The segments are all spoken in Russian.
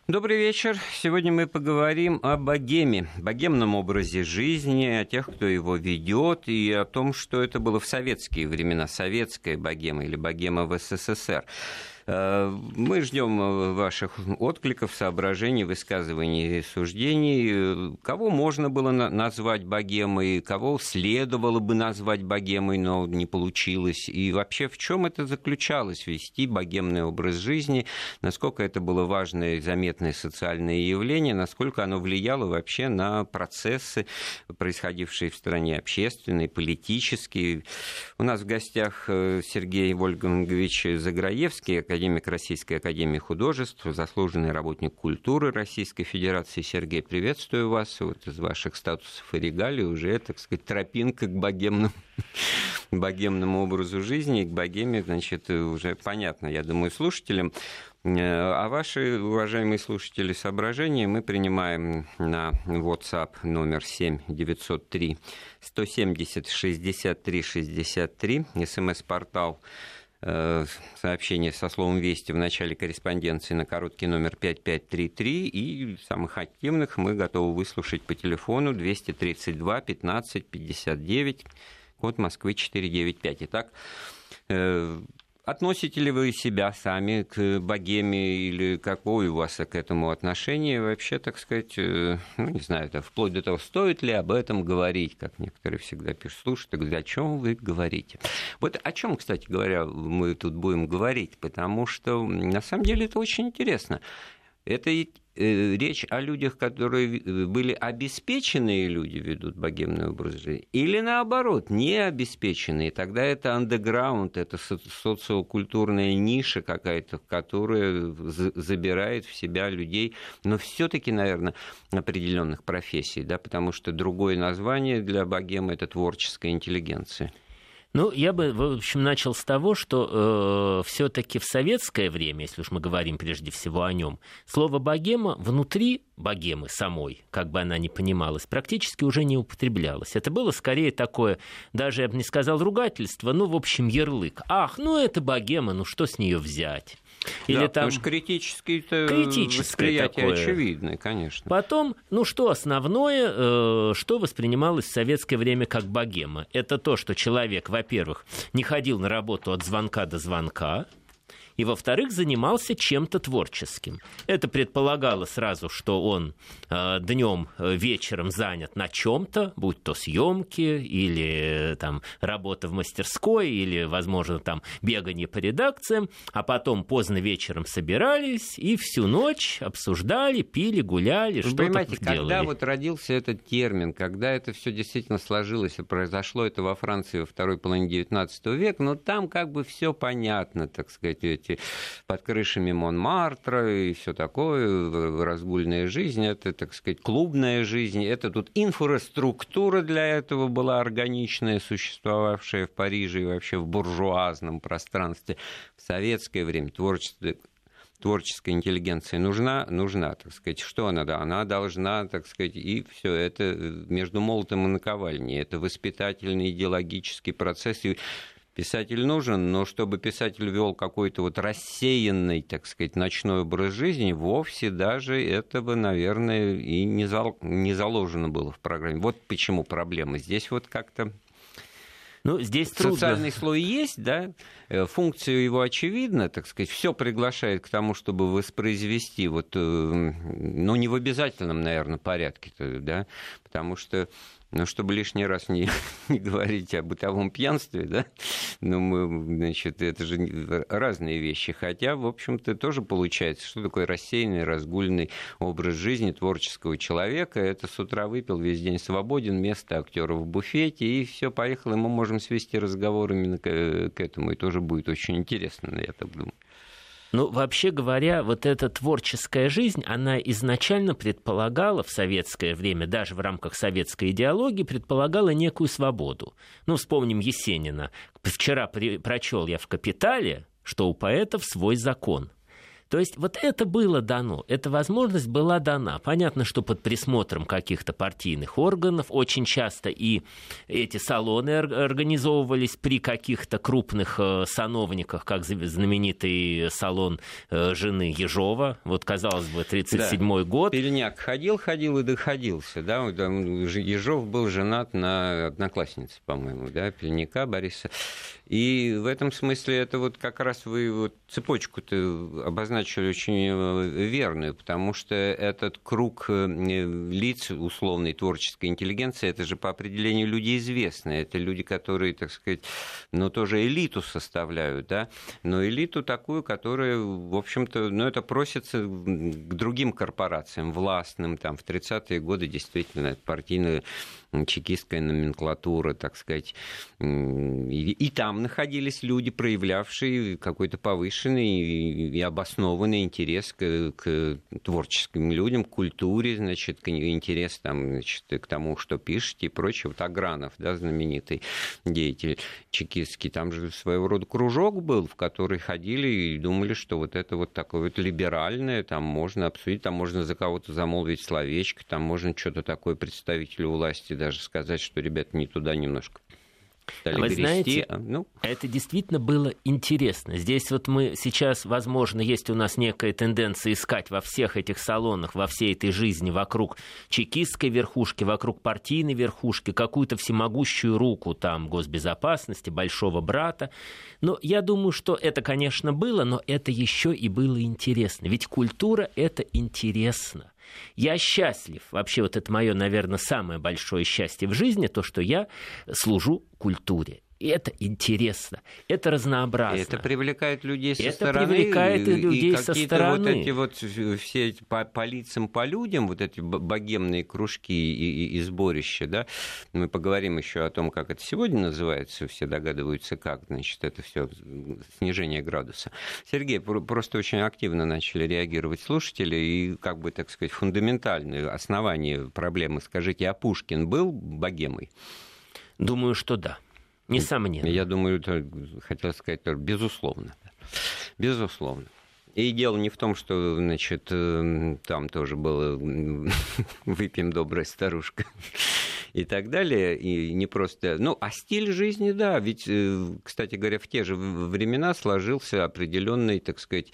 Добрый вечер. Сегодня мы поговорим о богеме, богемном образе жизни, о тех, кто его ведет, и о том, что это было в советские времена, советская богема или богема в СССР. Мы ждем ваших откликов, соображений, высказываний и суждений. Кого можно было назвать богемой, кого следовало бы назвать богемой, но не получилось. И вообще, в чем это заключалось, вести богемный образ жизни, насколько это было важное и заметное социальное явление, насколько оно влияло вообще на процессы, происходившие в стране, общественные, политические. У нас в гостях Сергей Вольфгангович Заграевский, академик Российской академии художеств, заслуженный работник культуры Российской Федерации. Сергей, приветствую вас. Вот из ваших статусов и регалий уже, так сказать, тропинка к богемному образу жизни, к богеме, значит, уже понятно, я думаю, слушателям. А ваши, уважаемые слушатели, соображения мы принимаем на WhatsApp номер 7-903-170-63-63, СМС-портал сообщение со словом «Вести» в начале корреспонденции на короткий номер 5533, и самых активных мы готовы выслушать по телефону 232 15 59, код Москвы 495. Итак, относите ли вы себя сами к богеме или какое у вас к этому отношение вообще, так сказать, не знаю, вплоть до того, стоит ли об этом говорить, как некоторые всегда пишут, слушайте, о чем вы говорите? Вот о чем, кстати говоря, мы тут будем говорить, потому что на самом деле это очень интересно. Это речь о людях, которые были обеспеченные люди, ведут богемный образ жизни, или наоборот, необеспеченные. Тогда это андеграунд, это социокультурная ниша какая-то, которая забирает в себя людей, но все-таки, наверное, определенных профессий, да, потому что другое название для богемы – это творческая интеллигенция. Ну, я бы, в общем, начал с того, что все-таки в советское время, если уж мы говорим прежде всего о нем, слово «богема» внутри богемы самой, как бы она ни понималась, практически уже не употреблялось. Это было скорее такое, даже я бы не сказал ругательство, ну, в общем, ярлык. Ах, ну, это богема, ну, что с нее взять? Или да, там... потому что критическое восприятие такое очевидное, конечно. Потом, ну что основное, что воспринималось в советское время как богема? Это то, что человек, во-первых, не ходил на работу от звонка до звонка, и, во-вторых, занимался чем-то творческим. Это предполагало сразу, что он днем, вечером занят на чем-то, будь то съемки или там, работа в мастерской, или, возможно, там, бегание по редакциям, а потом поздно вечером собирались и всю ночь обсуждали, пили, гуляли, что-то делали. Вы понимаете, когда вот родился этот термин, когда это все действительно сложилось и произошло это во Франции во второй половине XIX века, но там как бы все понятно, так сказать, под крышами Монмартра и все такое, разгульная жизнь, это, так сказать, клубная жизнь, это тут инфраструктура для этого была органичная, существовавшая в Париже и вообще в буржуазном пространстве. В советское время творческая интеллигенция нужна, так сказать. Что она? Да, она должна, так сказать, и все это между молотом и наковальней. Это воспитательный идеологический процесс. И писатель нужен, но чтобы писатель вел какой-то вот рассеянный, так сказать, ночной образ жизни, вовсе даже этого, наверное, и не заложено было в программе. Вот почему проблема. Здесь вот как-то... Ну, здесь социальный слой есть, да, функция его очевидна, так сказать, все приглашает к тому, чтобы воспроизвести, вот, ну, не в обязательном, наверное, порядке, да, потому что, ну, чтобы лишний раз не говорить о бытовом пьянстве, да, ну, значит, это же разные вещи, хотя, в общем-то, тоже получается, что такое рассеянный, разгульный образ жизни творческого человека, это с утра выпил, весь день свободен, место актера в буфете, и все, поехало, мы можем свести разговор именно к этому, и тоже будет очень интересно, я так думаю. Ну, вообще говоря, вот эта творческая жизнь, она изначально предполагала в советское время, даже в рамках советской идеологии, предполагала некую свободу. Ну, вспомним Есенина. Вчера прочел я в «Капитале», что у поэтов свой закон. То есть вот это было дано, эта возможность была дана. Понятно, что под присмотром каких-то партийных органов очень часто и эти салоны организовывались при каких-то крупных сановниках, как знаменитый салон жены Ежова. Вот, казалось бы, 1937 год. Пельняк ходил и доходился. Да? Ежов был женат на однокласснице, по-моему, да, Пельняка Бориса. И в этом смысле это вот как раз вы вот цепочку-то обозначили очень верную, потому что этот круг лиц условной творческой интеллигенции, это же по определению люди известные, это люди, которые, так сказать, тоже элиту составляют, да, но элиту такую, которая, в общем-то, это просится к другим корпорациям, властным, там, в 30-е годы действительно партийная чекистская номенклатура, так сказать, и там находились люди, проявлявшие какой-то повышенный и обоснованный интерес к творческим людям, к культуре, значит, интерес там, значит, к тому, что пишете и прочее. Вот Агранов, да, знаменитый деятель чекистский, там же своего рода кружок был, в который ходили и думали, что вот это вот такое вот либеральное, там можно обсудить, там можно за кого-то замолвить словечко, там можно что-то такое представителю власти даже сказать, что, ребята, не туда немножко стали Вы грести. знаете, это действительно было интересно. Здесь вот мы сейчас, возможно, есть у нас некая тенденция искать во всех этих салонах, во всей этой жизни вокруг чекистской верхушки, вокруг партийной верхушки, какую-то всемогущую руку там госбезопасности, большого брата. Но я думаю, что это, конечно, было, но это еще и было интересно. Ведь культура — это интересно. Я счастлив. Вообще, вот это мое, наверное, самое большое счастье в жизни, то, что я служу культуре. И это интересно, это разнообразно. Это привлекает людей со стороны. Это привлекает людей со стороны. Вот эти вот все эти по лицам, по людям, вот эти богемные кружки и сборища, да, мы поговорим еще о том, как это сегодня называется, все догадываются, как, значит, это все снижение градуса. Сергей, просто очень активно начали реагировать слушатели, и, как бы, так сказать, фундаментальное основание проблемы, скажите, а Пушкин был богемой? Думаю, что да. Несомненно. Я думаю, это, хотел сказать, безусловно. Безусловно. И дело не в том, что, значит, там тоже было «выпьем, добрая старушка» и так далее, и не просто... а стиль жизни, да, ведь, кстати говоря, в те же времена сложился определенный, так сказать,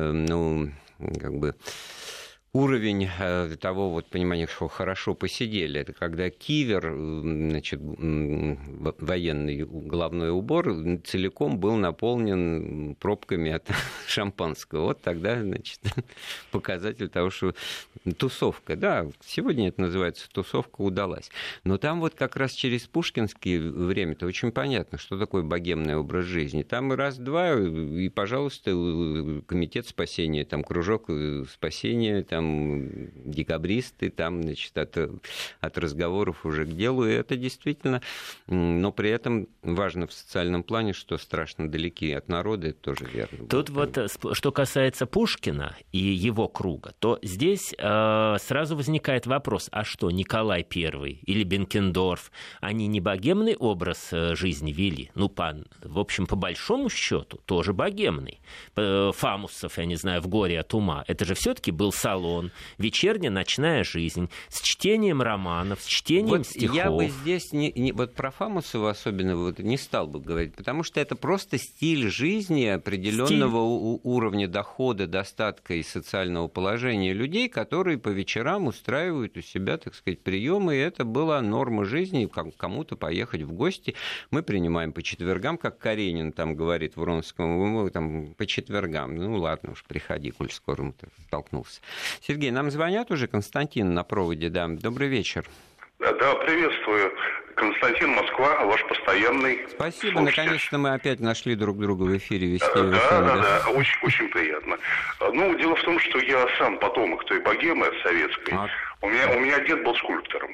уровень того вот понимания, что хорошо посидели. Это когда кивер, значит, военный головной убор целиком был наполнен пробками от шампанского. Вот тогда, значит, показатель того, что тусовка, да, сегодня это называется тусовка, удалась. Но там вот как раз через пушкинское время-то очень понятно, что такое богемный образ жизни. Там раз-два, и, пожалуйста, комитет спасения, там кружок спасения, там декабристы, там, значит, от разговоров уже к делу, и это действительно, но при этом важно в социальном плане, что страшно далеки от народа, это тоже верно. Тут вот, что касается Пушкина и его круга, то здесь сразу возникает вопрос, а что, Николай I или Бенкендорф, они не богемный образ жизни вели? В общем, по большому счету, тоже богемный. Фамусов, я не знаю, в «Горе от ума», это же все-таки был салон, вечерняя ночная жизнь, с чтением романов, с чтением стихов. Я бы здесь вот про Фамусова особенно не стал бы говорить, потому что это просто стиль жизни определенного уровня дохода, достатка и социального положения людей, которые по вечерам устраивают у себя, так сказать, приемы, и это была норма жизни, кому-то поехать в гости. Мы принимаем по четвергам, как Каренин там говорит в Вронском, мы там по четвергам. Ладно уж, приходи, коль скоро столкнулся. Сергей, нам звонят уже, Константин на проводе, да. Добрый вечер. Да, приветствую. Константин, Москва, ваш постоянный Спасибо, слушатель. Наконец-то мы опять нашли друг друга в эфире вести. Да, очень приятно. Дело в том, что я сам потомок той богемы советской. У меня дед был скульптором.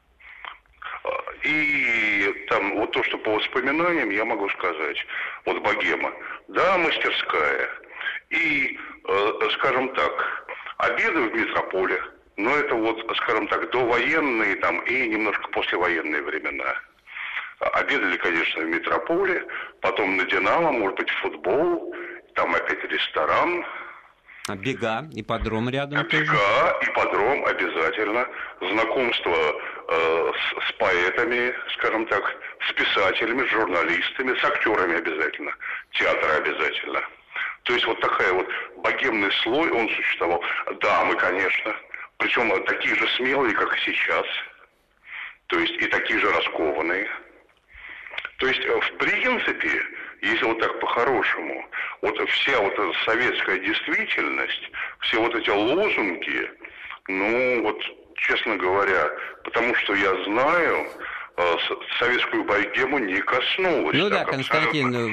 И там вот то, что по воспоминаниям, я могу сказать, вот богема, да, мастерская. И, скажем так, обеды в метрополе, но это вот, скажем так, довоенные там и немножко послевоенные времена. Обедали, конечно, в метрополе, потом на «Динамо», может быть, футбол, там опять ресторан. А бега, ипподром рядом тоже? Бега, ипподром обязательно. Знакомство с поэтами, скажем так, с писателями, с журналистами, с актерами обязательно. Театр обязательно. То есть вот такая вот богемный слой, он существовал. Дамы, конечно. Причем такие же смелые, как и сейчас. То есть и такие же раскованные. То есть, в принципе, если вот так по-хорошему, вот вся вот эта советская действительность, все вот эти лозунги, ну вот, честно говоря, потому что я знаю, советскую богему не коснулась. Ну да, Константин,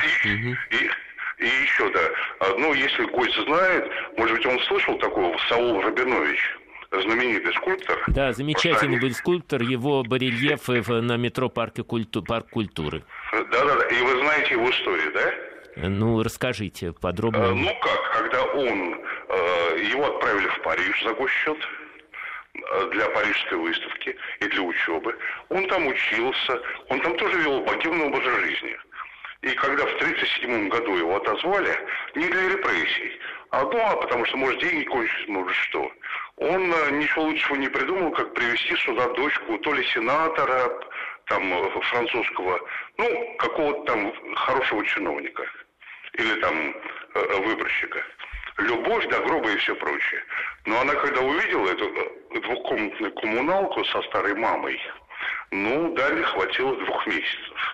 И еще, да, ну, если гость знает, может быть, он слышал такого, Саул Рабинович, знаменитый скульптор. Да, замечательный был скульптор, его барельефы на метро Парк культуры. Да. И вы знаете его историю, да? Ну, расскажите подробно. Ну как, когда его отправили в Париж за госсчет для парижской выставки и для учебы. Он там учился, он там тоже вел богемный образ жизни. И когда в 1937 году его отозвали, не для репрессий, потому что, может, деньги кончились, может, что. Он ничего лучшего не придумал, как привезти сюда дочку то ли сенатора, там, французского, ну, какого-то там хорошего чиновника. Или там выборщика. Любовь до гроба и все прочее. Но она, когда увидела эту двухкомнатную коммуналку со старой мамой, ну, дали хватило 2 месяцев.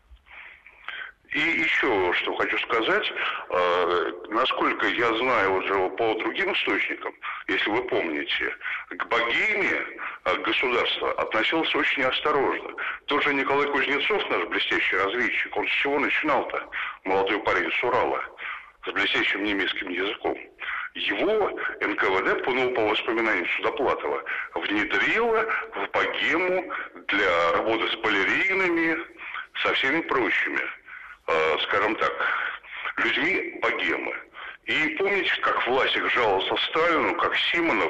И еще что хочу сказать, насколько я знаю уже по другим источникам, если вы помните, к богеме государство относилось очень осторожно. Тот же Николай Кузнецов, наш блестящий разведчик, он с чего начинал-то? Молодой парень с Урала, с блестящим немецким языком. Его НКВД, по воспоминаниям Судоплатова, внедрило в богему для работы с балеринами, со всеми прочими, скажем так, людьми богемы. И помните, как Власик жаловался Сталину, как Симонов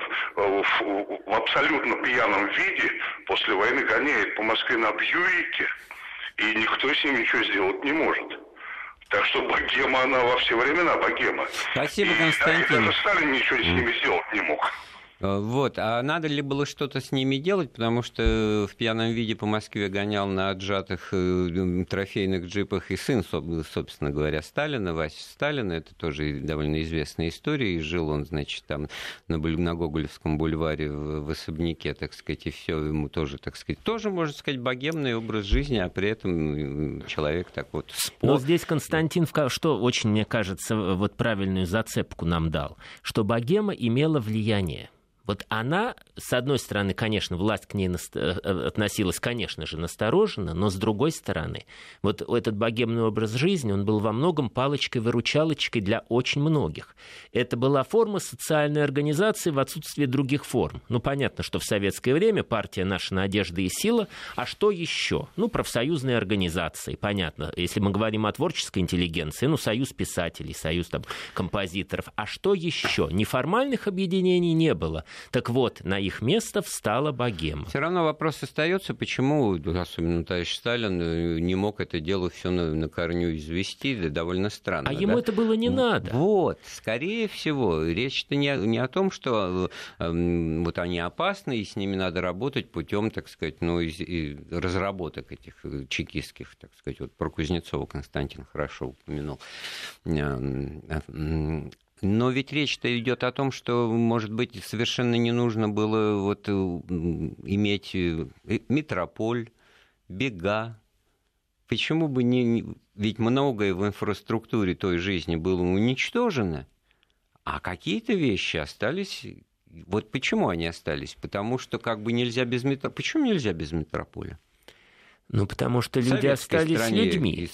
в абсолютно пьяном виде после войны гоняет по Москве на Бьюике, и никто с ним ничего сделать не может. Так что богема, она во все времена богема. Спасибо, Константин. И даже Сталин ничего с ними сделать не мог. Вот, а надо ли было что-то с ними делать, потому что в пьяном виде по Москве гонял на отжатых трофейных джипах и сын, собственно говоря, Сталина, Вася Сталина, это тоже довольно известная история, и жил он, значит, там на Гоголевском бульваре в особняке, так сказать, и все ему тоже, так сказать, тоже, можно сказать, богемный образ жизни, а при этом человек так вот спор. Но здесь Константин, что очень, мне кажется, вот правильную зацепку нам дал, что богема имела влияние. Вот она, с одной стороны, конечно, власть к ней относилась, конечно же, настороженно, но с другой стороны, вот этот богемный образ жизни, он был во многом палочкой-выручалочкой для очень многих. Это была форма социальной организации в отсутствии других форм. Ну, понятно, что в советское время партия «Наша надежда и сила», а что еще? Ну, профсоюзные организации, понятно. Если мы говорим о творческой интеллигенции, ну, союз писателей, союз там, композиторов. А что еще? Неформальных объединений не было. Так вот, на их место встала богема. Все равно вопрос остается, почему, особенно товарищ Сталин, не мог это дело все на корню извести, да, довольно странно. А ему это было не надо. Вот, скорее всего, речь-то не о том, что вот они опасны, и с ними надо работать путем, так сказать, ну, и разработок этих чекистских, так сказать, вот про Кузнецова Константин хорошо упомянул. Но ведь речь-то идет о том, что, может быть, совершенно не нужно было вот иметь метрополь, бега. Почему бы не... Ведь многое в инфраструктуре той жизни было уничтожено, а какие-то вещи остались... Вот почему они остались? Потому что как бы нельзя без метрополя. Почему нельзя без метрополя? Ну, потому что люди остались людьми.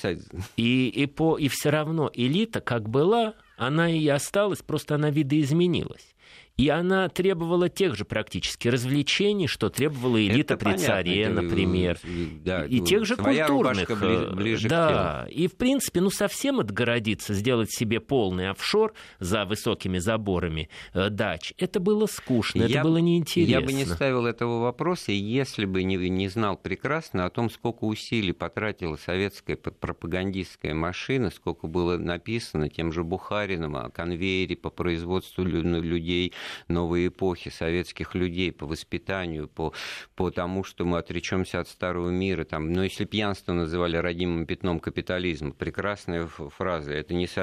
И все равно элита, как была, она и осталась, просто она видоизменилась. И она требовала тех же практически развлечений, что требовала элита при царе, например. Да, и тех же культурных. Ближе да, и в принципе, совсем отгородиться, сделать себе полный офшор за высокими заборами дач, это было скучно, это было неинтересно. Я бы не ставил этого вопроса, если бы не знал прекрасно о том, сколько усилий потратила советская пропагандистская машина, сколько было написано тем же Бухариным о конвейере по производству людей новой эпохи, советских людей, по воспитанию, по тому, что мы отречемся от старого мира. Если пьянство называли родимым пятном капитализма, прекрасная фраза. Это не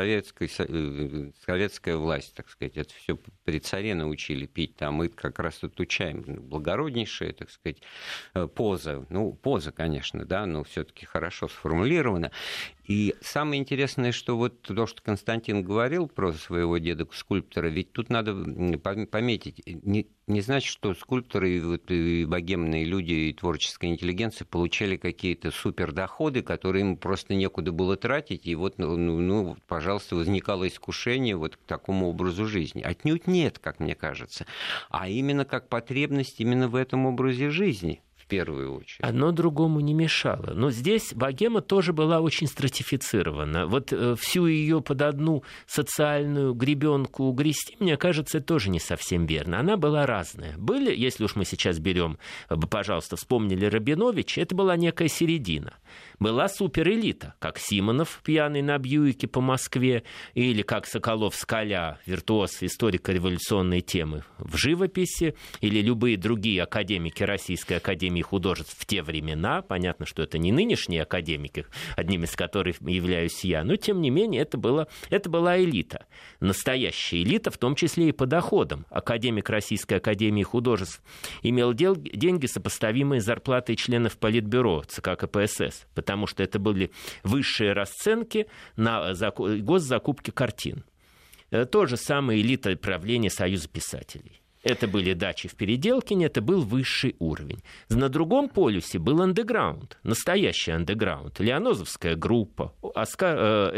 советская власть, так сказать. Это все при царе научили пить. А мы как раз тут учаем. Благороднейшая, так сказать, поза. Поза, конечно, да, но все-таки хорошо сформулирована. И самое интересное, что то, что Константин говорил про своего деда-скульптора, ведь тут надо пометить, не значит, что скульпторы и богемные люди, и творческая интеллигенция получали какие-то супердоходы, которые им просто некуда было тратить, и пожалуйста, возникало искушение к такому образу жизни. Отнюдь нет, как мне кажется, а именно как потребность именно в этом образе жизни. В первую очередь. Одно другому не мешало. Но здесь богема тоже была очень стратифицирована. Всю ее под одну социальную гребенку угрести, мне кажется, это тоже не совсем верно. Она была разная. Были, если уж мы сейчас берем, пожалуйста, вспомнили Рабиновича, это была некая середина. Была суперэлита, как Симонов, пьяный на Бьюике по Москве, или как Соколов-Скаля, виртуоз историко-революционной темы в живописи, или любые другие академики Российской академии художеств в те времена. Понятно, что это не нынешние академики, одним из которых являюсь я, но тем не менее это была элита. Настоящая элита, в том числе и по доходам. Академик Российской академии художеств имел деньги, сопоставимые с зарплатой членов Политбюро ЦК КПСС, потому что это были высшие расценки на госзакупки картин. То же самое элита правления Союза писателей. Это были дачи в Переделкине, это был высший уровень. На другом полюсе был андеграунд, настоящий андеграунд. Лианозовская группа, Оскар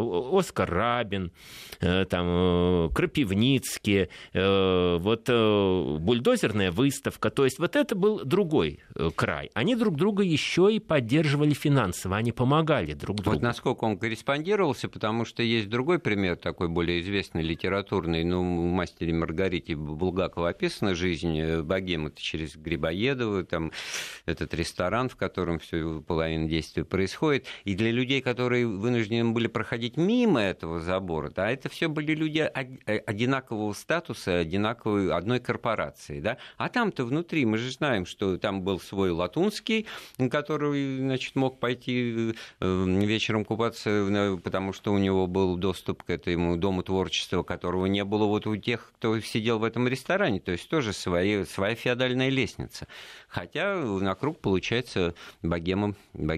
Рабин, Крапивницкий, бульдозерная выставка. То есть это был другой край. Они друг друга еще и поддерживали финансово, они помогали друг другу. Насколько он корреспондировался, потому что есть другой пример, такой более известный, литературный, в «Мастере и Маргарите» Булгакова описана жизнь богемы через Грибоедова, этот ресторан, в котором все половина действия происходит. И для людей, которые вынуждены были проходить мимо этого забора, да, это все были люди одинакового статуса, одинаковой одной корпорации. Да? А там-то внутри мы же знаем, что там был свой Латунский, который, мог пойти вечером купаться, потому что у него был доступ к этому дому творчества, которого не было у тех, кто сидел в этом ресторане. То есть тоже своя феодальная лестница. Хотя вокруг получается богема.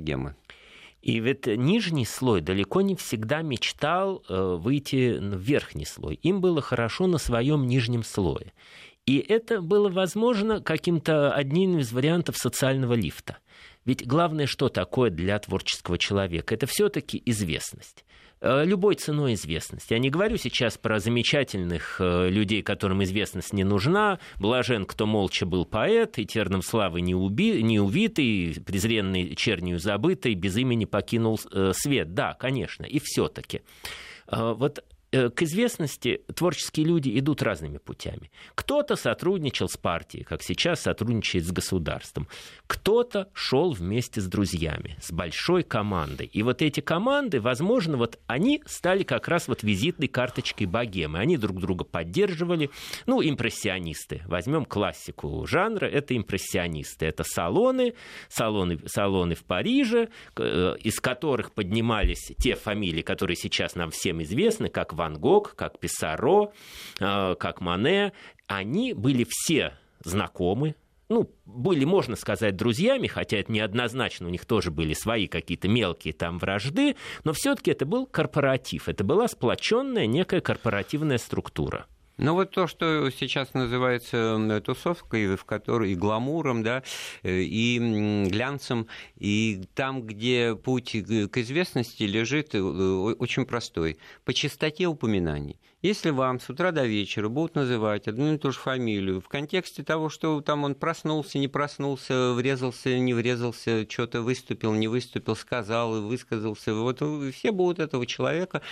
И нижний слой далеко не всегда мечтал выйти в верхний слой. Им было хорошо на своем нижнем слое. И это было возможно каким-то одним из вариантов социального лифта. Ведь главное, что такое для творческого человека, это все-таки известность. Любой ценой известность. Я не говорю сейчас про замечательных людей, которым известность не нужна. Блажен, кто молча был поэт, и терном славы не увитый, презренный чернью забытый, без имени покинул свет. Да, конечно, и все-таки. К известности творческие люди идут разными путями. Кто-то сотрудничал с партией, как сейчас сотрудничает с государством. Кто-то шел вместе с друзьями, с большой командой. И эти команды, возможно, они стали как раз визитной карточкой богемы. Они друг друга поддерживали. Импрессионисты. Возьмем классику жанра. Это импрессионисты. Это салоны в Париже, из которых поднимались те фамилии, которые сейчас нам всем известны, как Ван Гог, как Писсаро, как Мане. Они были все знакомы, были, можно сказать, друзьями, хотя это неоднозначно, у них тоже были свои какие-то мелкие вражды, но все-таки это был корпоратив, это была сплоченная некая корпоративная структура. Ну вот то, что сейчас называется тусовкой, в которой и гламуром, да, и глянцем, и там, где путь к известности лежит, очень простой. По частоте упоминаний. Если вам с утра до вечера будут называть одну и ту же фамилию в контексте того, что там он проснулся, не проснулся, врезался, не врезался, что-то выступил, не выступил, сказал, высказался, вот все будут этого человека,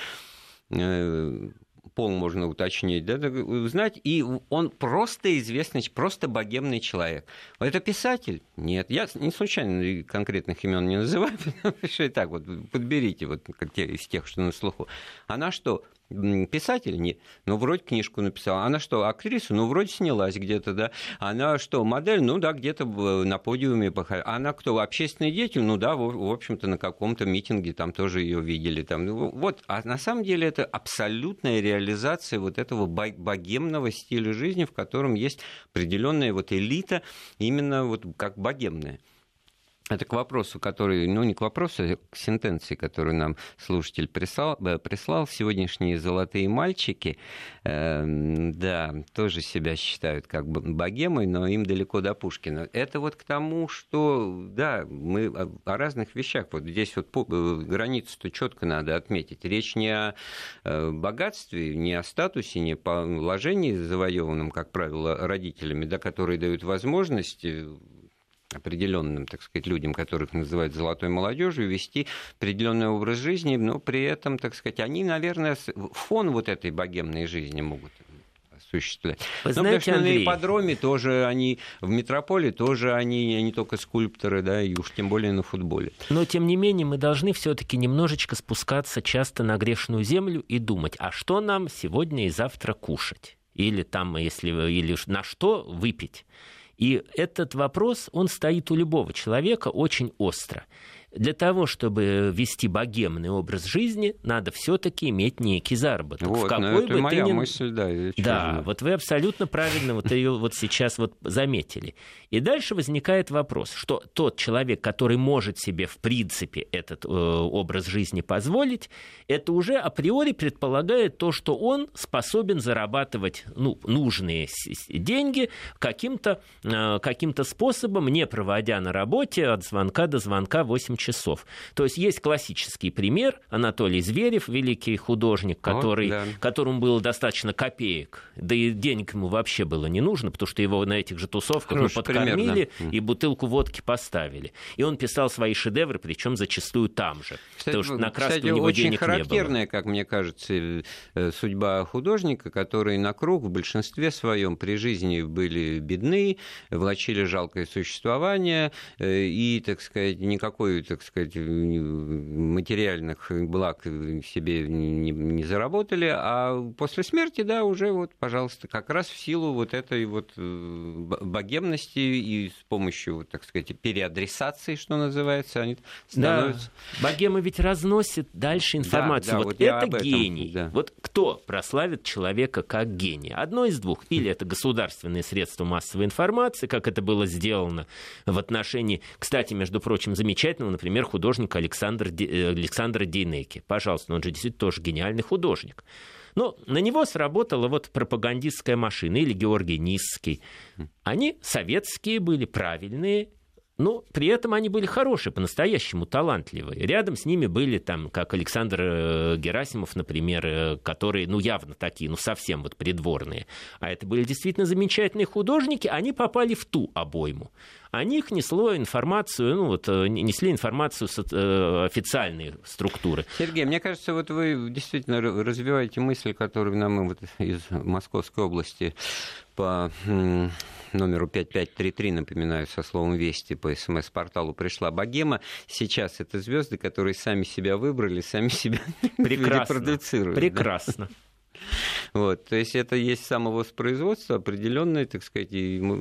пол можно уточнить, да, знать, и он просто известный, просто богемный человек. Это писатель? Нет. Я не случайно конкретных имен не называю, потому что и так вот подберите вот из тех, что на слуху. Она что, писатель? Нет. Ну, вроде книжку написала. Она что, актриса? Ну, вроде снялась где-то, да. Она что, модель? Ну, да, где-то на подиуме. Она кто, общественный деятель? Ну, да, в общем-то, на каком-то митинге там тоже ее видели. Там. Вот. А на самом деле это абсолютная реализация вот этого богемного стиля жизни, в котором есть определенная вот элита, именно вот как богемная. Это к вопросу, который, ну не к вопросу, а к сентенции, которую нам слушатель прислал. Сегодняшние золотые мальчики, да, тоже себя считают как бы богемой, но им далеко до Пушкина. Это вот к тому, что, да, мы о разных вещах. Вот здесь вот границу-то четко надо отметить. Речь не о богатстве, не о статусе, не о положении завоеванном, как правило, родителями, да, которые дают возможность определенным, так сказать, людям, которых называют золотой молодежью, вести определенный образ жизни, но при этом, так сказать, они, наверное, фон вот этой богемной жизни могут осуществлять. Вы знаете, потому что Андрей, на ипподроме тоже они, в метрополе тоже они не только скульпторы, да, и уж тем более на футболе. Но, тем не менее, мы должны все-таки немножечко спускаться часто на грешную землю и думать, а что нам сегодня и завтра кушать? Или там, или на что выпить? И этот вопрос, он стоит у любого человека очень остро. Для того, чтобы вести богемный образ жизни, надо все-таки иметь некий заработок. Вот, в какой это бы моя ты мысль, да. Да, вот вы абсолютно правильно вот ее вот сейчас вот заметили. И дальше возникает вопрос, что тот человек, который может себе в принципе этот образ жизни позволить, это уже априори предполагает то, что он способен зарабатывать нужные деньги каким-то способом, не проводя на работе от звонка до звонка 8 часов. То есть есть классический пример. Анатолий Зверев, великий художник, которому было достаточно копеек, да и денег ему вообще было не нужно, потому что его на этих же тусовках подкормили и бутылку водки поставили. И он писал свои шедевры, причем зачастую там же. Кстати, потому что на краску у него денег не было. Очень характерная, как мне кажется, судьба художника, которые на круг в большинстве своем при жизни были бедны, влачили жалкое существование и, так сказать, никакой, так сказать, материальных благ себе не заработали, а после смерти, да, уже вот, пожалуйста, как раз в силу вот этой вот богемности и с помощью, так сказать, переадресации, что называется, они становятся... Да, богема ведь разносит дальше информацию. Да, вот это гений. Да. Вот кто прославит человека как гения? Одно из двух. Или это государственные средства массовой информации, как это было сделано в отношении, кстати, между прочим, замечательного, например, художника Александра Дейнеки. Пожалуйста, он же действительно тоже гениальный художник. Но на него сработала вот пропагандистская машина, или Георгий Нисский. Они советские были, правильные, но при этом они были хорошие, по-настоящему талантливые. Рядом с ними были, там, как Александр Герасимов, например, которые, явно такие, совсем вот придворные. А это были действительно замечательные художники, они попали в ту обойму. О них несли информацию официальные структуры. Сергей, мне кажется, вот вы действительно развиваете мысль, которую нам вот из Московской области по номеру 5533, напоминаю, со словом «Вести» по СМС-порталу пришла богема. Сейчас это звезды, которые сами себя выбрали, сами себя репродуцируют. Прекрасно. Вот, то есть это есть самовоспроизводство определенное, так сказать,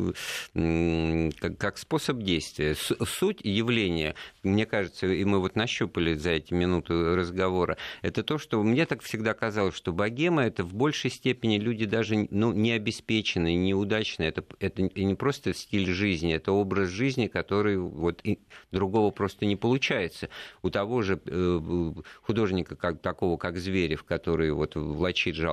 как способ действия. Суть явления, мне кажется, и мы вот нащупали за эти минуты разговора, это то, что мне так всегда казалось, что богема — это в большей степени люди даже не обеспеченные, неудачные. Это не просто стиль жизни, это образ жизни, который вот другого просто не получается. У того же художника, такого как Зверев, который вот влачит жалкое существование,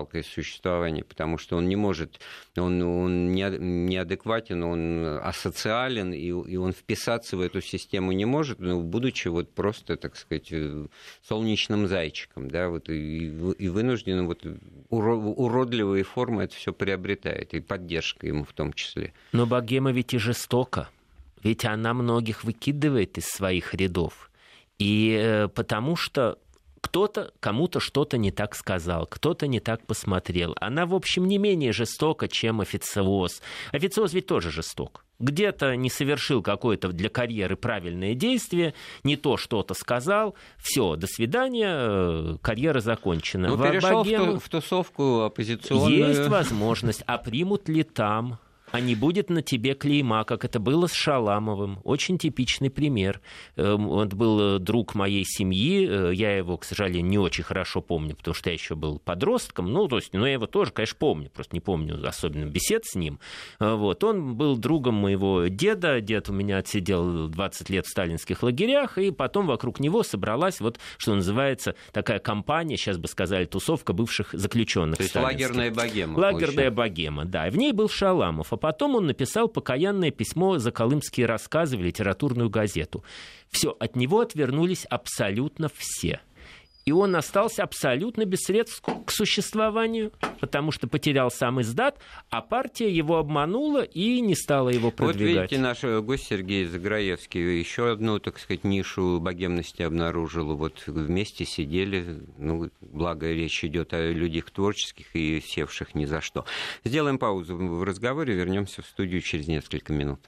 существования, потому что он не может, он неадекватен, он асоциален, и он вписаться в эту систему не может, будучи вот просто, так сказать, солнечным зайчиком, да, вот, и вынужден, вот, уродливые формы это все приобретает, и поддержка ему в том числе. Но богема ведь и жестока, ведь она многих выкидывает из своих рядов, и потому что кто-то кому-то что-то не так сказал, кто-то не так посмотрел. Она, в общем, не менее жестока, чем официоз. Официоз ведь тоже жесток. Где-то не совершил какое-то для карьеры правильное действие, не то что-то сказал, все, до свидания, карьера закончена. Ну, перешел в тусовку оппозиционную. Есть возможность, а примут ли там? А не будет на тебе клейма, как это было с Шаламовым. Очень типичный пример. Он был друг моей семьи. Я его, к сожалению, не очень хорошо помню, потому что я еще был подростком. Ну, то есть, я его тоже, конечно, помню. Просто не помню особенно бесед с ним. Вот. Он был другом моего деда. Дед у меня отсидел 20 лет в сталинских лагерях. И потом вокруг него собралась, вот, что называется, такая компания, сейчас бы сказали, тусовка бывших заключенных. То есть лагерная богема. Лагерная богема, да. И в ней был Шаламов. А потом он написал покаянное письмо за колымские рассказы в литературную газету. Все, от него отвернулись абсолютно все. И он остался абсолютно без средств к существованию, потому что потерял сам издат, а партия его обманула и не стала его продвигать. Вот видите, наш гость Сергей Заграевский еще одну, так сказать, нишу богемности обнаружил. Вот вместе сидели, благо речь идет о людях творческих и севших ни за что. Сделаем паузу в разговоре, вернемся в студию через несколько минут.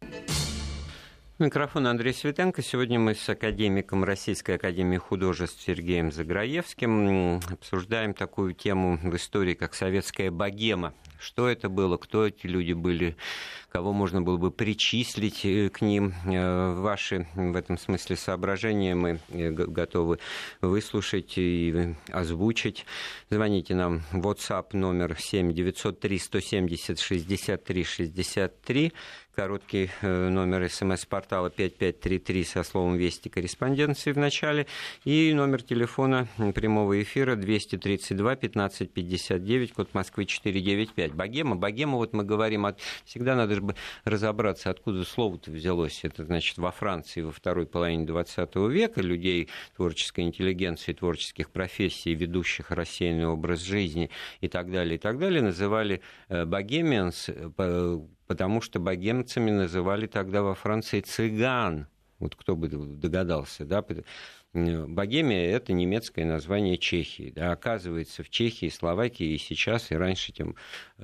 Микрофон Андрей Светенко. Сегодня мы с академиком Российской академии художеств Сергеем Заграевским обсуждаем такую тему в истории, как советская богема. Что это было, кто эти люди были, кого можно было бы причислить к ним. Ваши в этом смысле соображения мы готовы выслушать и озвучить. Звоните нам в WhatsApp номер 7 903 170 63 63. Короткий номер СМС-портала 5533 со словом «Вести» корреспонденции в начале. И номер телефона прямого эфира 232 15 59, код Москвы 495. Богема, вот мы говорим, всегда надо же разобраться, откуда слово-то взялось. Это, значит, во Франции во второй половине 20 века людей творческой интеллигенции, творческих профессий, ведущих рассеянный образ жизни и так далее, называли богемианс, потому что богемцами называли тогда во Франции цыган. Вот кто бы догадался, да? Богемия – это немецкое название Чехии. Да? Оказывается, в Чехии, Словакии и сейчас, и раньше тем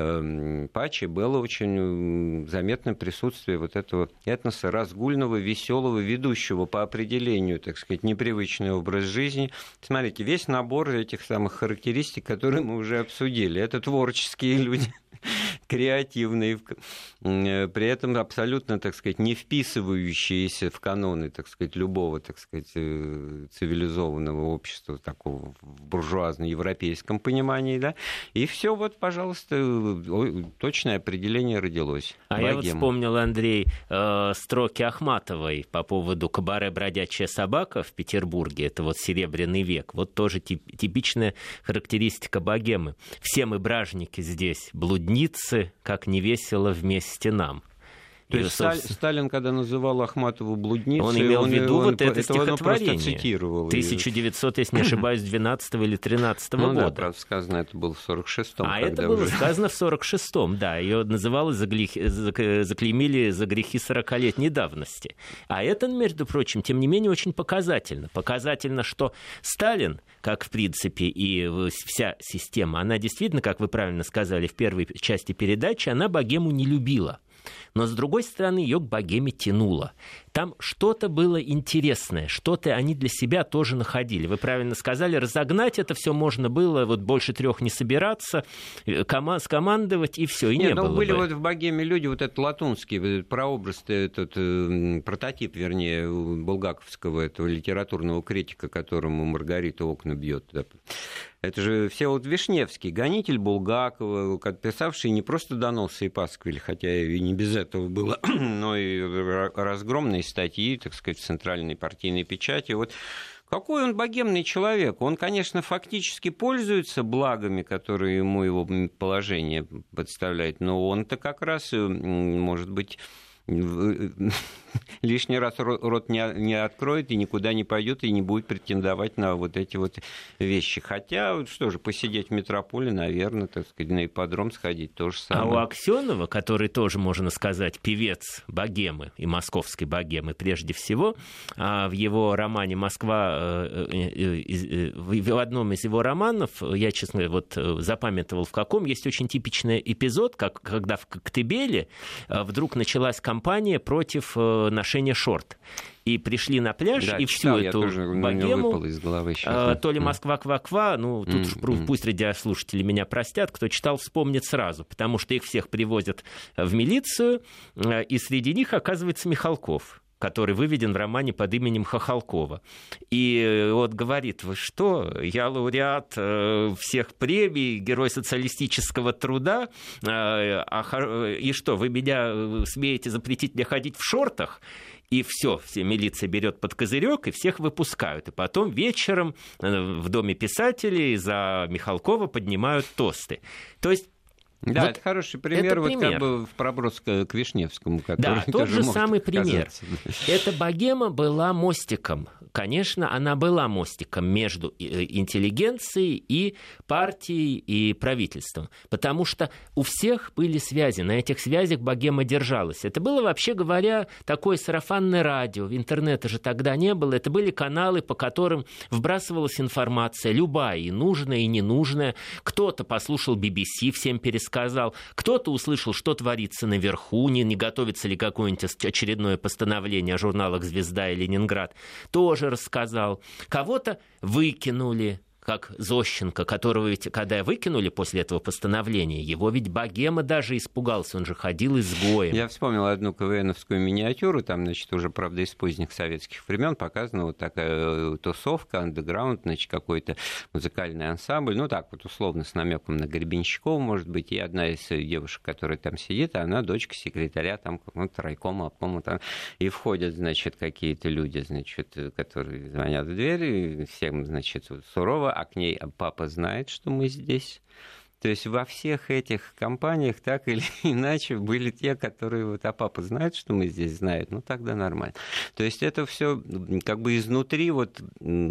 паче было очень заметное присутствие вот этого этноса разгульного, веселого, ведущего по определению, так сказать, непривычный образ жизни. Смотрите, весь набор этих самых характеристик, которые мы уже обсудили. Это творческие люди, креативные, при этом абсолютно, так сказать, не вписывающиеся в каноны, так сказать, любого, так сказать, цивилизованного общества, такого в буржуазно-европейском понимании, да, и все, вот, пожалуйста, точное определение родилось. А я вот вспомнил, Андрей, строки Ахматовой по поводу кабаре «Бродячая собака» в Петербурге, это вот Серебряный век, вот тоже типичная характеристика богемы. Все мы бражники здесь, блудницы, как невесело вместе нам. То есть Сталин, когда называл Ахматову блудницей, он имел в виду вот это стихотворение. Цитировал 1900, если не ошибаюсь, 12 или 13 года. Да, правда, сказано это было в 46-м. А это было сказано в 46-м, да. Ее называлось, заклеймили за грехи 40-летней давности. А это, между прочим, тем не менее, очень показательно. Показательно, что Сталин, как в принципе и вся система, она действительно, как вы правильно сказали в первой части передачи, она богему не любила. Но, с другой стороны, ее к богеме тянуло. Там что-то было интересное, что-то они для себя тоже находили. Вы правильно сказали, разогнать это все можно было, вот больше 3 не собираться, скомандовать, и все, и не было были бы. Вот в богеме люди, вот этот латунский прообраз, этот прототип, вернее, булгаковского этого литературного критика, которому Маргарита окна бьет. Да. Это же Всеволод Вишневский, гонитель Булгакова, писавший не просто доносы и пасквиль, хотя и не без этого было, но и разгромные статьи, так сказать, в центральной партийной печати. Вот Какой он богемный человек? Он, конечно, фактически пользуется благами, которые ему его положение представляет, но он-то как раз, может быть, лишний раз рот не откроет и никуда не пойдет и не будет претендовать на вот эти вот вещи. Хотя, что же, посидеть в метрополе, наверное, так сказать, на ипподром сходить, то же самое. А у Аксенова, который тоже, можно сказать, певец богемы и московской богемы прежде всего, в его романе «Москва», в одном из его романов, я, честно, вот запамятовал, в каком, есть очень типичный эпизод, когда в Коктебеле вдруг началась кампания против ношения шорт. И пришли на пляж, да, и всю эту богему, то ли Москва-ква-ква, ну, тут пусть радиослушатели меня простят, кто читал, вспомнит сразу, потому что их всех привозят в милицию, и среди них оказывается Михалков, который выведен в романе под именем Хохолкова. И вот говорит: вы что, я лауреат всех премий, герой социалистического труда, и что, вы меня смеете запретить мне ходить в шортах? И все, милиция берет под козырек и всех выпускают. И потом вечером в Доме писателей за Михалкова поднимают тосты. То есть да, вот это хороший пример, это пример. Как бы в проброс к Вишневскому. Да, тот же самый пример. Эта богема была мостиком. Конечно, она была мостиком между интеллигенцией и партией и правительством. Потому что у всех были связи. На этих связях богема держалась. Это было, вообще говоря, такое сарафанное радио. Интернета же тогда не было. Это были каналы, по которым вбрасывалась информация. Любая, и нужная, и ненужная. Кто-то послушал BBC, всем пересказал. Кто-то услышал, что творится наверху, не готовится ли какое-нибудь очередное постановление о журналах «Звезда» и «Ленинград». Тоже рассказал. Кого-то выкинули, как Зощенко, которого ведь, когда выкинули после этого постановления, его ведь богема даже испугался, он же ходил изгоем. Я вспомнил одну КВНовскую миниатюру, там, значит, уже, правда, из поздних советских времен показана вот такая тусовка, андеграунд, значит, какой-то музыкальный ансамбль, ну, так вот, условно, с намеком на Гребенщикова, может быть, и одна из девушек, которая там сидит, она дочка секретаря там какого-то райкома, обкома, там, и входят, значит, какие-то люди, значит, которые звонят в дверь, и всем, значит, сурово, а к ней папа знает, что мы здесь. То есть во всех этих компаниях так или иначе были те, которые вот, а папа знает, что мы здесь знают, ну тогда нормально. То есть это все как бы изнутри вот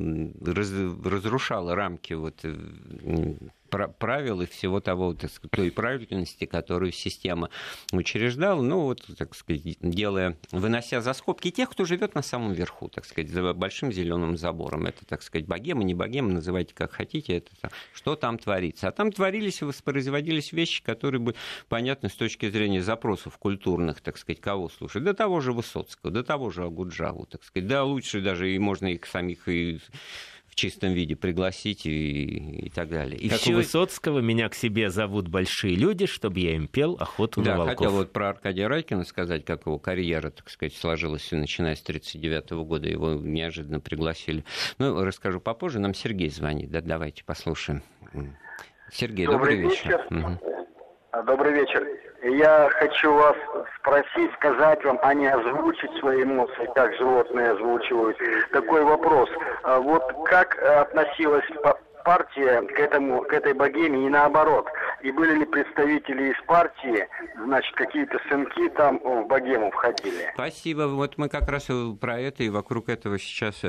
разрушало рамки вот правил и всего того, так сказать, той правильности, которую система учреждала, ну вот, так сказать, вынося за скобки тех, кто живет на самом верху, так сказать, за большим зеленым забором. Это, так сказать, богема, не богема, называйте как хотите, это что там творится. А там творились и воспроизводились вещи, которые были понятны с точки зрения запросов культурных, так сказать, кого слушать. До того же Высоцкого, до того же Агуджаву, так сказать, да, лучше даже и можно их самих и в чистом виде пригласить и так далее. И как у Высоцкого, меня к себе зовут большие люди, чтобы я им пел охоту на волков. Да, хотел вот про Аркадия Райкина сказать, как его карьера, так сказать, сложилась, начиная с 1939 года, его неожиданно пригласили. Ну, расскажу попозже, нам Сергей звонит, да, давайте послушаем. Сергей, добрый вечер. Добрый вечер. Я хочу вас спросить, сказать вам, а не озвучить свои эмоции, как животные озвучивают. Такой вопрос. Вот как относилась партия к этой богеме и наоборот? И были ли представители из партии, значит, какие-то сынки там в богему входили? Спасибо. Вот мы как раз про это и вокруг этого сейчас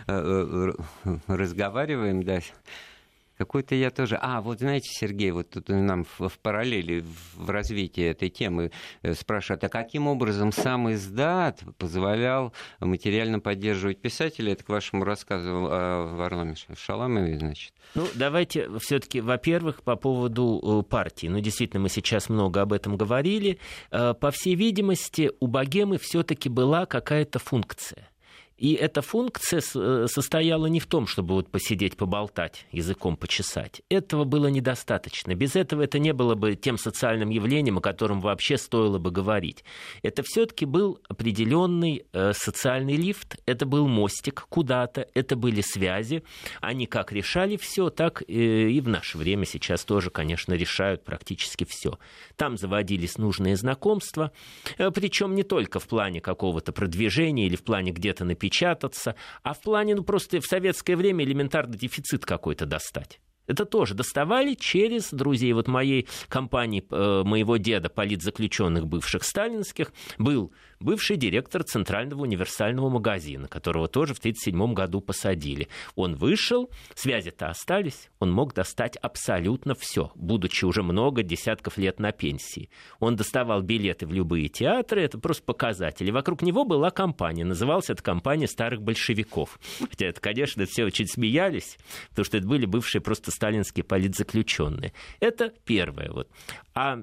разговариваем, да. Какой-то я тоже... вот знаете, Сергей, вот тут нам в параллели в развитии этой темы спрашивают, а каким образом сам издат позволял материально поддерживать писателей? Это к вашему рассказу о Варламе Шаламове, значит. Ну, давайте все-таки, во-первых, по поводу партии. Ну, действительно, мы сейчас много об этом говорили. По всей видимости, у богемы все-таки была какая-то функция. И эта функция состояла не в том, чтобы вот посидеть, поболтать, языком почесать. Этого было недостаточно. Без этого это не было бы тем социальным явлением, о котором вообще стоило бы говорить. Это все-таки был определенный социальный лифт, это был мостик куда-то, это были связи. Они как решали все, так и в наше время сейчас тоже, конечно, решают практически все. Там заводились нужные знакомства, причем не только в плане какого-то продвижения или в плане где-то напечатания, распечататься, а в плане, просто в советское время элементарно дефицит какой-то достать. Это тоже доставали через друзей. Вот моей компании, моего деда, политзаключенных бывших сталинских, был бывший директор Центрального универсального магазина, которого тоже в 1937 году посадили. Он вышел, связи-то остались, он мог достать абсолютно все, будучи уже много десятков лет на пенсии. Он доставал билеты в любые театры, это просто показатели. Вокруг него была компания, называлась эта компания «Старых большевиков». Хотя это, конечно, все очень смеялись, потому что это были бывшие просто сталинские политзаключенные. Это первое. Вот. А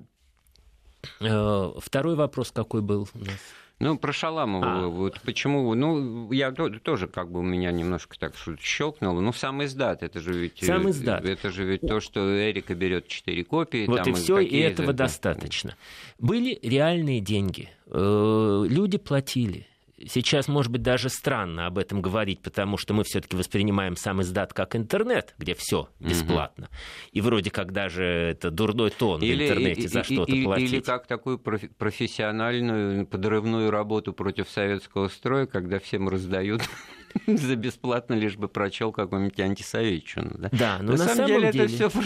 второй вопрос какой был у нас? Про Шаламова, вот почему, я тоже у меня немножко так щелкнуло, сам издат, это же ведь то, что Эрика берет 4 копии. Вот там, и все, и этого достаточно. Были реальные деньги, люди платили. Сейчас, может быть, даже странно об этом говорить, потому что мы все-таки воспринимаем сам издат как интернет, где все бесплатно. И вроде как даже это дурной тон в интернете за что-то платить. Или как такую профессиональную подрывную работу против советского строя, когда всем раздают за бесплатно, лишь бы прочел какую-нибудь антисоветчину. Да, но на самом деле это все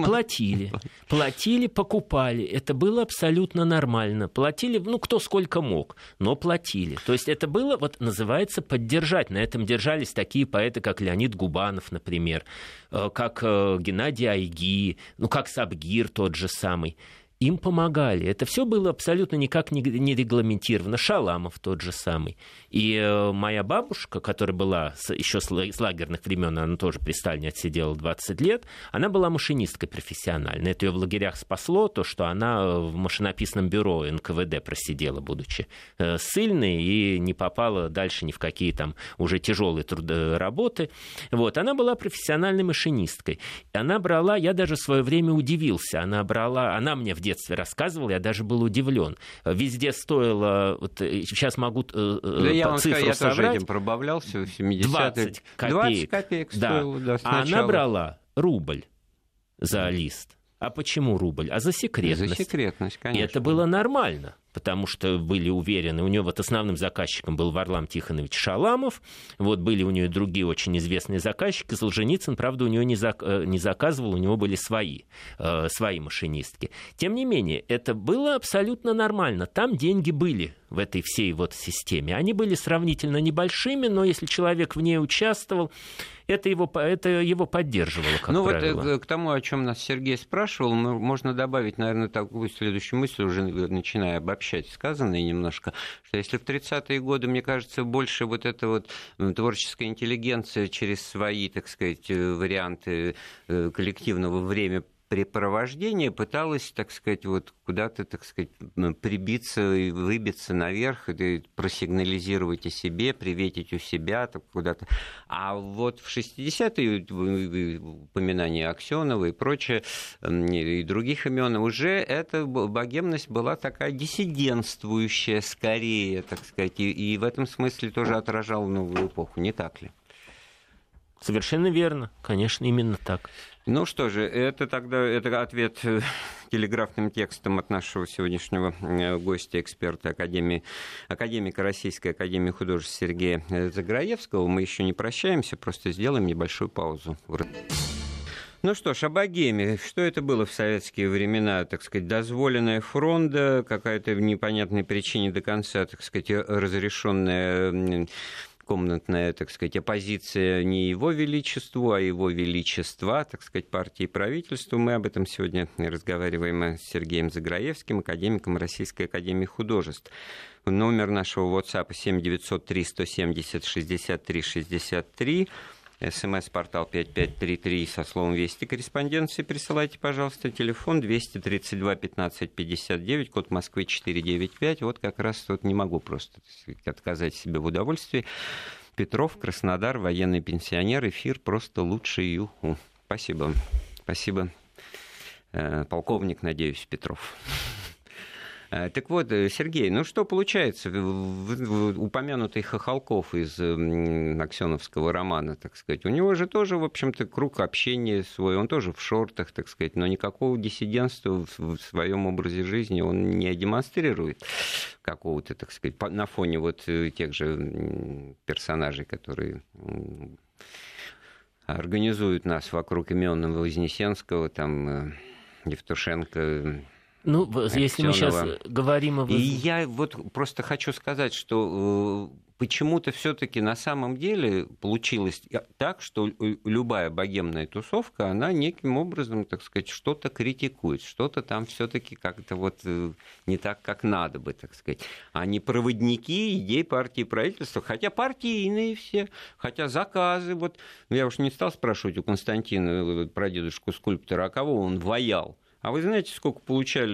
платили, покупали. Это было абсолютно нормально. Платили, кто сколько мог, но платили. То есть это было, называется, поддержать. На этом держались такие поэты, как Леонид Губанов, например, как Геннадий Айги, как Сабгир тот же самый. Им помогали. Это все было абсолютно никак не регламентировано. Шаламов тот же самый. И моя бабушка, которая была еще с лагерных времен, она тоже при Сталине отсидела 20 лет, она была машинисткой профессиональной. Это ее в лагерях спасло, то, что она в машинописном бюро НКВД просидела, будучи ссыльной, и не попала дальше ни в какие там уже тяжелые работы. Вот. Она была профессиональной машинисткой. Она брала, я даже в свое время удивился, она мне в детстве рассказывал, я даже был удивлен. Везде стоило, сейчас могу я цифру соврать, тоже этим пробавлялся в 70-е. 20 копеек. 20 копеек стоило, да, а она брала рубль за лист. А почему рубль? А за секретность. За секретность, конечно. И это было нормально, потому что были уверены, у нее основным заказчиком был Варлам Тихонович Шаламов, были у нее другие очень известные заказчики, Солженицын, правда, у нее не заказывал, у него были свои машинистки. Тем не менее, это было абсолютно нормально, там деньги были в этой всей системе. Они были сравнительно небольшими, но если человек в ней участвовал, это его поддерживало, как правило. К тому, о чем нас Сергей спрашивал, можно добавить, наверное, такую следующую мысль, уже начиная обобщать сказанное немножко, что если в 30-е годы, мне кажется, больше эта творческая интеллигенция через свои, так сказать, варианты коллективного времяпрепровождения пыталась, так сказать, куда-то, так сказать, прибиться и выбиться наверх, и просигнализировать о себе, приветить у себя так, куда-то. А в 60-е упоминания Аксёнова и прочее, и других имен, уже эта богемность была такая диссидентствующая скорее, так сказать, и в этом смысле тоже отражала новую эпоху, не так ли? Совершенно верно, конечно, именно так. Ну что же, это ответ телеграфным текстом от нашего сегодняшнего гостя, эксперта, академика Российской академии художеств Сергея Заграевского. Мы еще не прощаемся, просто сделаем небольшую паузу. Ну что ж, о богеме. Что это было в советские времена, так сказать, дозволенная фронда, какая-то в непонятной причине до конца, так сказать, разрешенная комнатная, так сказать, оппозиция не его величеству, а его величества, так сказать, партии и правительству. Мы об этом сегодня разговариваем с Сергеем Заграевским, академиком Российской академии художеств. Номер нашего WhatsApp 7-903-170-63-63. СМС-портал 5533 со словом «Вести». Корреспонденции присылайте, пожалуйста. Телефон 232-15-59, код Москвы 495. Как раз не могу просто отказать себе в удовольствии. Петров, Краснодар, военный пенсионер. Эфир просто лучше юху. Спасибо. Спасибо. Полковник, надеюсь, Петров. Так вот, Сергей, ну что получается? Упомянутый Хохолков из аксеновского романа, так сказать, у него же тоже, в общем-то, круг общения свой, он тоже в шортах, так сказать, но никакого диссидентства в своем образе жизни он не демонстрирует какого-то, так сказать, на фоне вот тех же персонажей, которые организуют нас вокруг имен Вознесенского, там, Евтушенко. Ну, Аксенова. Если мы сейчас говорим о... И я вот просто хочу сказать, что почему-то все-таки на самом деле получилось так, что любая богемная тусовка, она неким образом, так сказать, что-то критикует, что-то там все-таки как-то вот не так, как надо бы, так сказать. Они проводники идей партии и правительства, хотя партийные все, хотя заказы. Вот, я уж не стал спрашивать у Константина, прадедушку скульптора, а кого он ваял. А вы знаете, сколько получали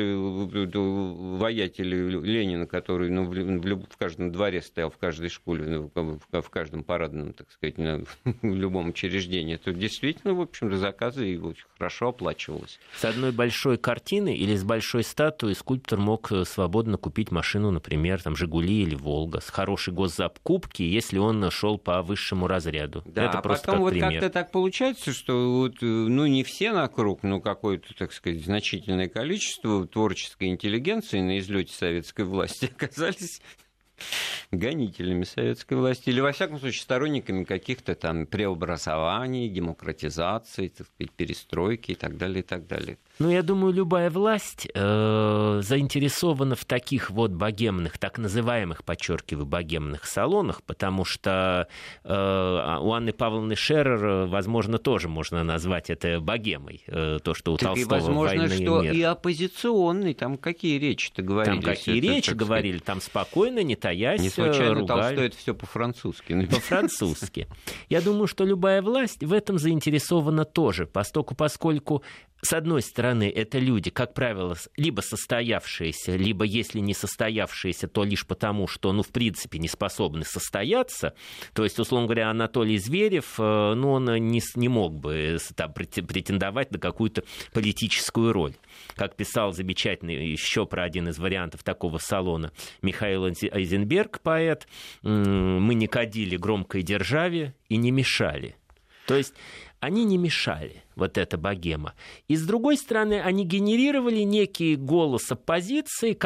воятели Ленина, который в каждом дворе стоял, в каждой школе, в каждом парадном, так сказать, в любом учреждении? Это действительно, в общем-то, заказы и очень хорошо оплачивалось. С одной большой картины или с большой статуей скульптор мог свободно купить машину, например, там, «Жигули» или «Волга», с хорошей госзакупки, если он шел по высшему разряду. Да, это а просто потом как вот пример. как-то так получается, что вот, ну, не все на круг, но какое-то, так сказать, значительное количество творческой интеллигенции на излете советской власти оказались гонителями советской власти, или, во всяком случае, сторонниками каких-то там преобразований, демократизации, так сказать, перестройки и так далее, и так далее. Ну, я думаю, любая власть заинтересована в таких вот богемных, так называемых, подчеркиваю, богемных салонах, потому что у Анны Павловны Шерер, возможно, тоже можно назвать это богемой, то, что у так Толстого и возможно, «Война и что мир». И оппозиционный, там какие речи-то говорили? Там какие речи говорили, там спокойно, не таясь, не случайно ругали. Толстой это все по-французски. По-французски. Я думаю, что любая власть в этом заинтересована тоже, поскольку с одной стороны, это люди, как правило, либо состоявшиеся, либо, если не состоявшиеся, то лишь потому, что, ну, в принципе, не способны состояться. То есть, условно говоря, Анатолий Зверев, ну, он не мог бы там претендовать на какую-то политическую роль. Как писал замечательно еще про один из вариантов такого салона Михаил Айзенберг, поэт, «Мы не кадили громкой державе и не мешали». То есть они не мешали, вот эта богема. И, с другой стороны, они генерировали некий голос оппозиции,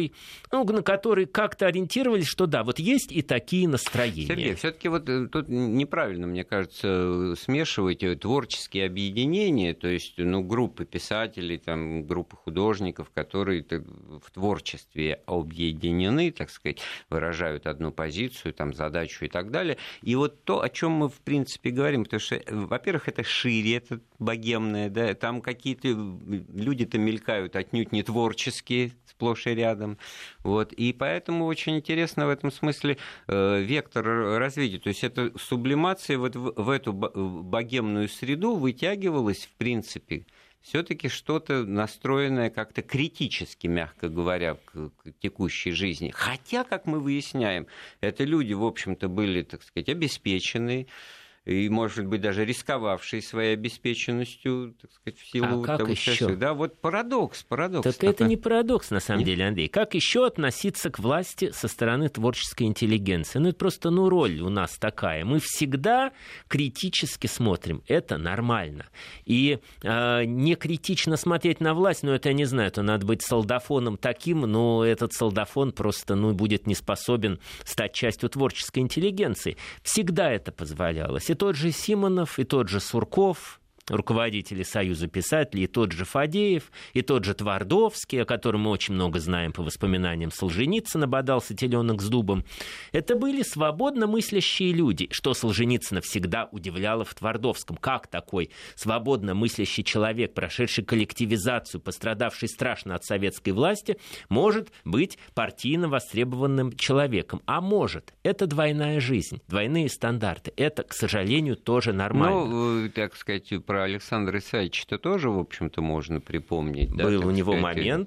на который как-то ориентировались, что да, вот есть и такие настроения. Сергей, все-таки вот тут неправильно, мне кажется, смешивать творческие объединения, то есть, ну, группы писателей, там, группы художников, которые в творчестве объединены, так сказать, выражают одну позицию, там, задачу и так далее. И вот то, о чем мы, в принципе, говорим, потому что, во-первых, это шире, это богемное, да, там какие-то люди-то мелькают отнюдь не творческие, сплошь и рядом, вот, и поэтому очень интересно в этом смысле вектор развития, то есть эта сублимация вот в эту богемную среду вытягивалась, в принципе, все-таки что-то настроенное как-то критически, мягко говоря, к текущей жизни. Хотя, как мы выясняем, это люди, в общем-то, были, так сказать, обеспеченные, и, может быть, даже рисковавшие своей обеспеченностью, так сказать, в силу того, что... Да, вот парадокс. Так это не парадокс, на самом деле, Андрей. Как еще относиться к власти со стороны творческой интеллигенции? Ну, это просто, роль у нас такая. Мы всегда критически смотрим. Это нормально. И не критично смотреть на власть, это, я не знаю, это надо быть солдафоном таким, но этот солдафон просто, будет не способен стать частью творческой интеллигенции. Всегда это позволялось. И тот же Симонов, и тот же Сурков, руководители Союза писателей, и тот же Фадеев, и тот же Твардовский, о котором мы очень много знаем по воспоминаниям Солженицына, бодался теленок с дубом. Это были свободно мыслящие люди, что Солженицына всегда удивляло в Твардовском. Как такой свободно мыслящий человек, прошедший коллективизацию, пострадавший страшно от советской власти, может быть партийно востребованным человеком? А может. Это двойная жизнь, двойные стандарты. Это, к сожалению, тоже нормально. Так сказать, про Александра Исаевича-то тоже, в общем-то, можно припомнить. Был у него момент,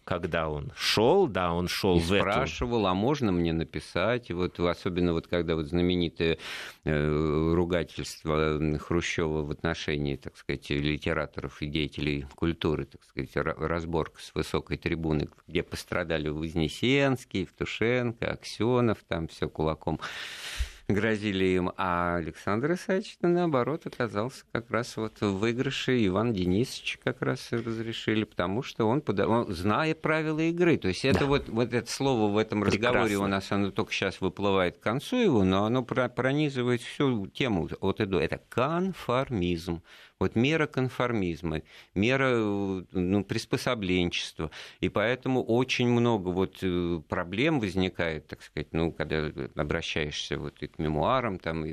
когда он шел, да, он шел в спрашивал, а можно мне написать? Вот, особенно вот когда вот знаменитое ругательство Хрущева в отношении, так сказать, литераторов и деятелей культуры, так сказать, разборка с высокой трибуны, где пострадали Вознесенский, Евтушенко, Аксенов, там все кулаком грозили им, а Александр Исаевич, наоборот, оказался как раз вот в выигрыше. Иван Денисович как раз разрешили, потому что он зная правила игры. То есть это вот это слово в этом разговоре у нас, оно только сейчас выплывает к концу его, но оно пронизывает всю тему от и до. Это конформизм. Вот мера конформизма, мера приспособленчества. И поэтому очень много вот проблем возникает, так сказать, когда обращаешься вот и к мемуарам, там, и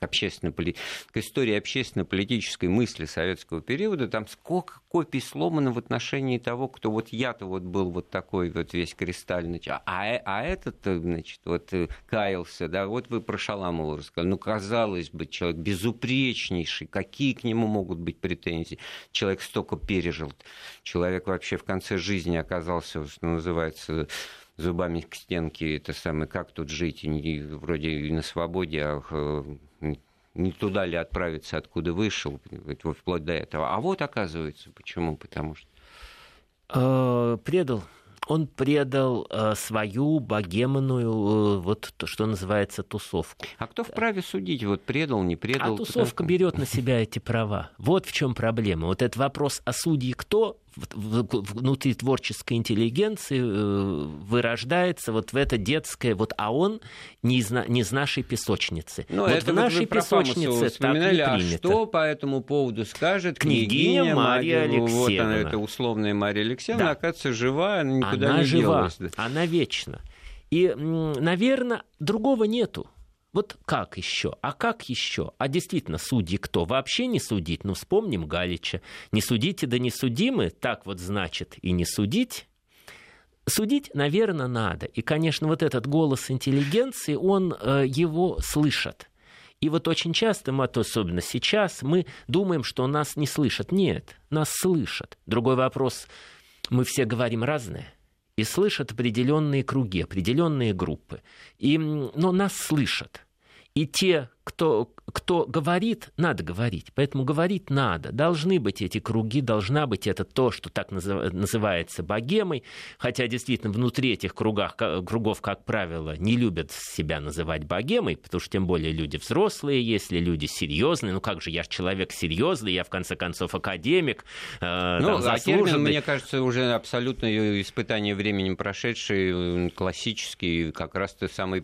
к истории общественно-политической мысли советского периода, там сколько копий сломано в отношении того, кто вот я-то вот был вот такой вот весь кристальный, а этот, значит, вот каялся, да, вот вы про Шаламова рассказали, казалось бы, человек безупречнейший, какие к нему могут быть претензии. Человек столько пережил. Человек вообще в конце жизни оказался, что называется, зубами к стенке. Это самое, как тут жить? Вроде и на свободе, а не туда ли отправиться, откуда вышел, вплоть до этого. А вот оказывается, почему? Потому что... Он предал свою богемную, вот то, что называется, тусовку. А кто вправе судить, вот предал, не предал? А тусовка берет на себя эти права. Вот в чем проблема. Вот этот вопрос о судьи кто внутри творческой интеллигенции вырождается вот в это детское, вот, а он не из нашей песочницы. Но вот это в нашей песочнице так не принято. А что по этому поводу скажет княгиня Мария Алексеевна? Вот она, это условная Мария Алексеевна, да. Оказывается, жива, она никуда она не жива, делась. Да. Она вечна. И, наверное, другого нету. Вот как еще? А как еще? А действительно, судьи кто? Вообще не судить? Вспомним Галича. Не судите, да не судимы. Так вот значит и не судить. Судить, наверное, надо. И, конечно, вот этот голос интеллигенции, он его слышит. И вот очень часто, особенно сейчас, мы думаем, что нас не слышат. Нет, нас слышат. Другой вопрос, мы все говорим разное. И слышат определенные круги, определенные группы. Но нас слышат. И те, кто говорит, надо говорить. Поэтому говорить надо. Должны быть эти круги, должна быть это то, что так называется богемой. Хотя действительно внутри этих кругов, как правило, не любят себя называть богемой, потому что тем более люди взрослые, если люди серьезные. Как же, я же человек серьезный, я в конце концов академик, заслуженный. Мне кажется, уже абсолютно испытание временем прошедший, классический, как раз-то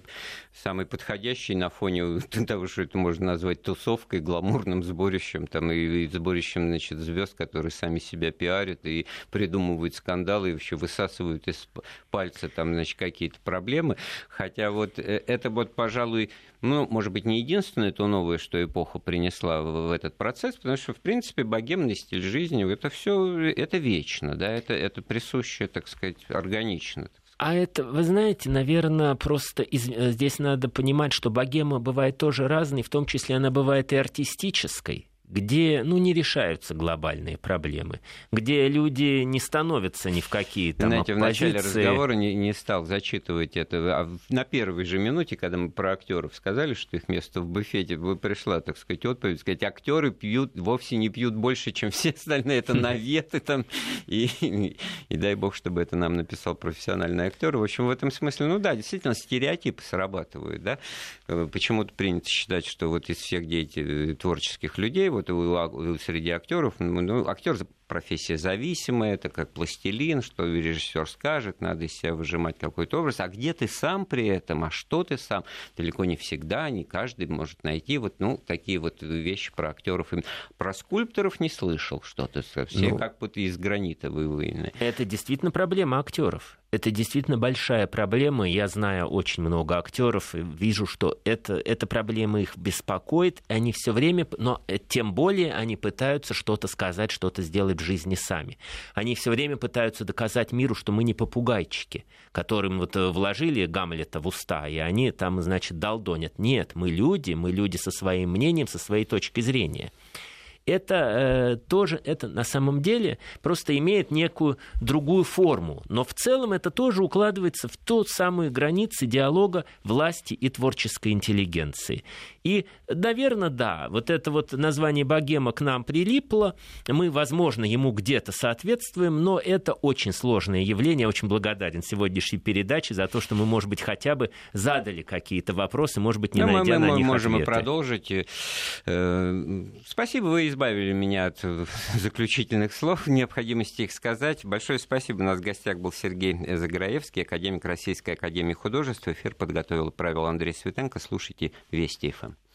самый подходящий на фоне того, что это можно назвать тусовкой, гламурным сборищем, там, и сборищем, значит, звезд, которые сами себя пиарят и придумывают скандалы, и вообще высасывают из пальца там, значит, какие-то проблемы. Хотя вот это вот, пожалуй, может быть, не единственное то новое, что эпоха принесла в этот процесс, потому что, в принципе, богемный стиль жизни, это все, это вечно, да, это присуще, так сказать, органично. А это, вы знаете, наверное, просто здесь надо понимать, что богема бывает тоже разной, в том числе она бывает и артистической, где не решаются глобальные проблемы, где люди не становятся ни в какие там знаете, оппозиции. в начале разговора не стал зачитывать это, а на первой же минуте, когда мы про актеров сказали, что их место в буфете, пришла, так сказать, отповедь, сказать, актеры вовсе не пьют больше, чем все остальные, это наветы там, и дай бог, чтобы это нам написал профессиональный актер. В общем, в этом смысле, действительно, стереотипы срабатывают, да, почему-то принято считать, что вот из всех творческих людей, вот среди актеров, актер профессия зависимая, это как пластилин, что режиссер скажет, надо из себя выжимать какой-то образ, а где ты сам при этом, а что ты сам, далеко не всегда, не каждый может найти такие вот вещи про актеров. Про скульпторов не слышал что-то, все как будто из гранита вывоены. Это действительно проблема актеров. Это действительно большая проблема. Я знаю очень много актеров и вижу, что эта проблема их беспокоит. Они все время, но тем более они пытаются что-то сказать, что-то сделать в жизни сами. Они все время пытаются доказать миру, что мы не попугайчики, которым вложили Гамлета в уста, и они там, значит, долдонят. Нет, мы люди со своим мнением, со своей точкой зрения. это тоже это на самом деле просто имеет некую другую форму. Но в целом это тоже укладывается в ту самую границы диалога власти и творческой интеллигенции. И, наверное, да, вот это вот название богема к нам прилипло, мы, возможно, ему где-то соответствуем, но это очень сложное явление. Я очень благодарен сегодняшней передаче за то, что мы, может быть, хотя бы задали какие-то вопросы, может быть, не найдя на них можем ответы. Продолжить. Спасибо, вы избавили меня от заключительных слов, необходимости их сказать. Большое спасибо. У нас в гостях был Сергей Заграевский, академик Российской академии художеств. Эфир подготовил и провел Андрей Светенко. Слушайте Вести ФМ.